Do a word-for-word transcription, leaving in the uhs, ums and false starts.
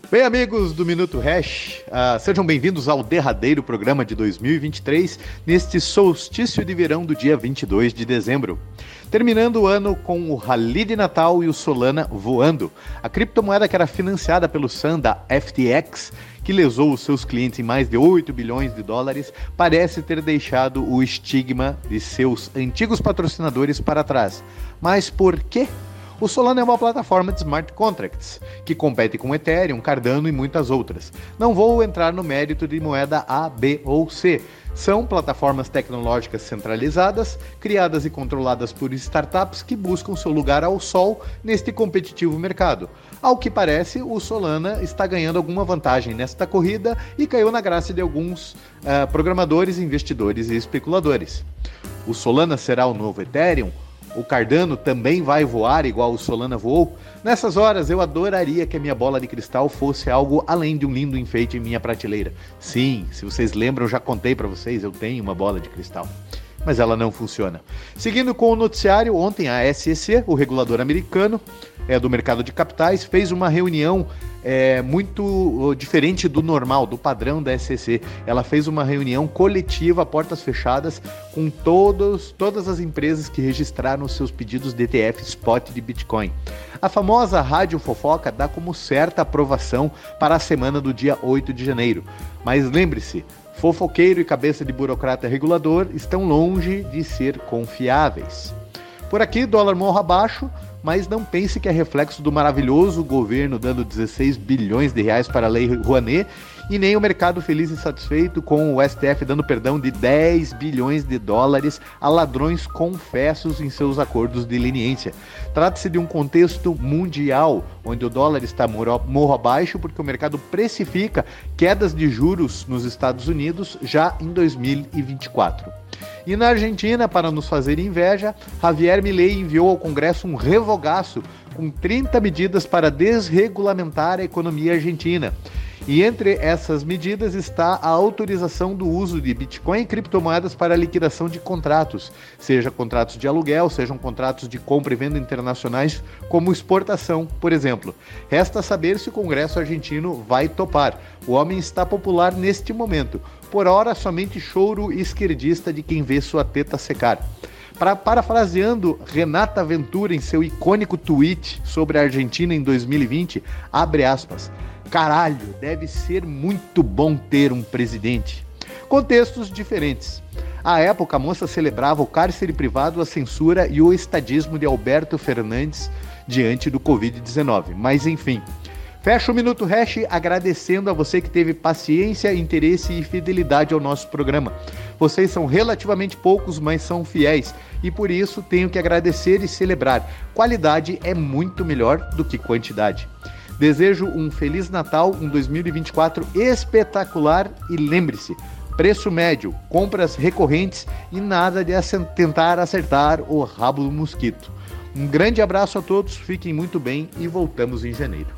Bem, amigos do Minuto Hash, uh, sejam bem-vindos ao derradeiro programa de dois mil e vinte e três, neste solstício de verão do dia vinte e dois de dezembro. Terminando o ano com o Rally de Natal e o Solana voando. A criptomoeda que era financiada pelo Sun da F T X, que lesou os seus clientes em mais de oito bilhões de dólares, parece ter deixado o estigma de seus antigos patrocinadores para trás. Mas por quê? O Solana é uma plataforma de smart contracts, que compete com Ethereum, Cardano e muitas outras. Não vou entrar no mérito de moeda A, B ou C. São plataformas tecnológicas centralizadas, criadas e controladas por startups que buscam seu lugar ao sol neste competitivo mercado. Ao que parece, o Solana está ganhando alguma vantagem nesta corrida e caiu na graça de alguns uh, programadores, investidores e especuladores. O Solana será o novo Ethereum? O Cardano também vai voar igual o Solana voou? Nessas horas eu adoraria que a minha bola de cristal fosse algo além de um lindo enfeite em minha prateleira. Sim, se vocês lembram, eu já contei para vocês, eu tenho uma bola de cristal. Mas ela não funciona. Seguindo com o noticiário, ontem a S E C, o regulador americano é, do mercado de capitais, fez uma reunião é, muito diferente do normal, do padrão da S E C. Ela fez uma reunião coletiva, portas fechadas, com todos, todas as empresas que registraram seus pedidos de E T F Spot de Bitcoin. A famosa Rádio Fofoca dá como certa aprovação para a semana do dia oito de janeiro. Mas lembre-se, fofoqueiro e cabeça de burocrata regulador estão longe de ser confiáveis. Por aqui, dólar morro abaixo, mas não pense que é reflexo do maravilhoso governo dando dezesseis bilhões de reais para a Lei Rouanet e nem o mercado feliz e satisfeito com o S T F dando perdão de dez bilhões de dólares a ladrões confessos em seus acordos de leniência. Trata-se de um contexto mundial, onde o dólar está morro abaixo porque o mercado precifica quedas de juros nos Estados Unidos já em dois mil e vinte e quatro. E na Argentina, para nos fazer inveja, Javier Milei enviou ao Congresso um revogaço com trinta medidas para desregulamentar a economia argentina. E entre essas medidas está a autorização do uso de Bitcoin e criptomoedas para liquidação de contratos, seja contratos de aluguel, sejam contratos de compra e venda internacionais, como exportação, por exemplo. Resta saber se o Congresso argentino vai topar. O homem está popular neste momento. Por hora, somente choro esquerdista de quem vê sua teta secar. Para, parafraseando Renata Ventura em seu icônico tweet sobre a Argentina em dois mil e vinte, abre aspas, caralho, deve ser muito bom ter um presidente. Contextos diferentes. À época, a moça celebrava o cárcere privado, a censura e o estadismo de Alberto Fernandes diante do covid dezenove. Mas enfim, fecho o Minuto Hash agradecendo a você que teve paciência, interesse e fidelidade ao nosso programa. Vocês são relativamente poucos, mas são fiéis e por isso tenho que agradecer e celebrar. Qualidade é muito melhor do que quantidade. Desejo um Feliz Natal, um dois mil e vinte e quatro espetacular e lembre-se, preço médio, compras recorrentes e nada de tentar acertar o rabo do mosquito. Um grande abraço a todos, fiquem muito bem e voltamos em janeiro.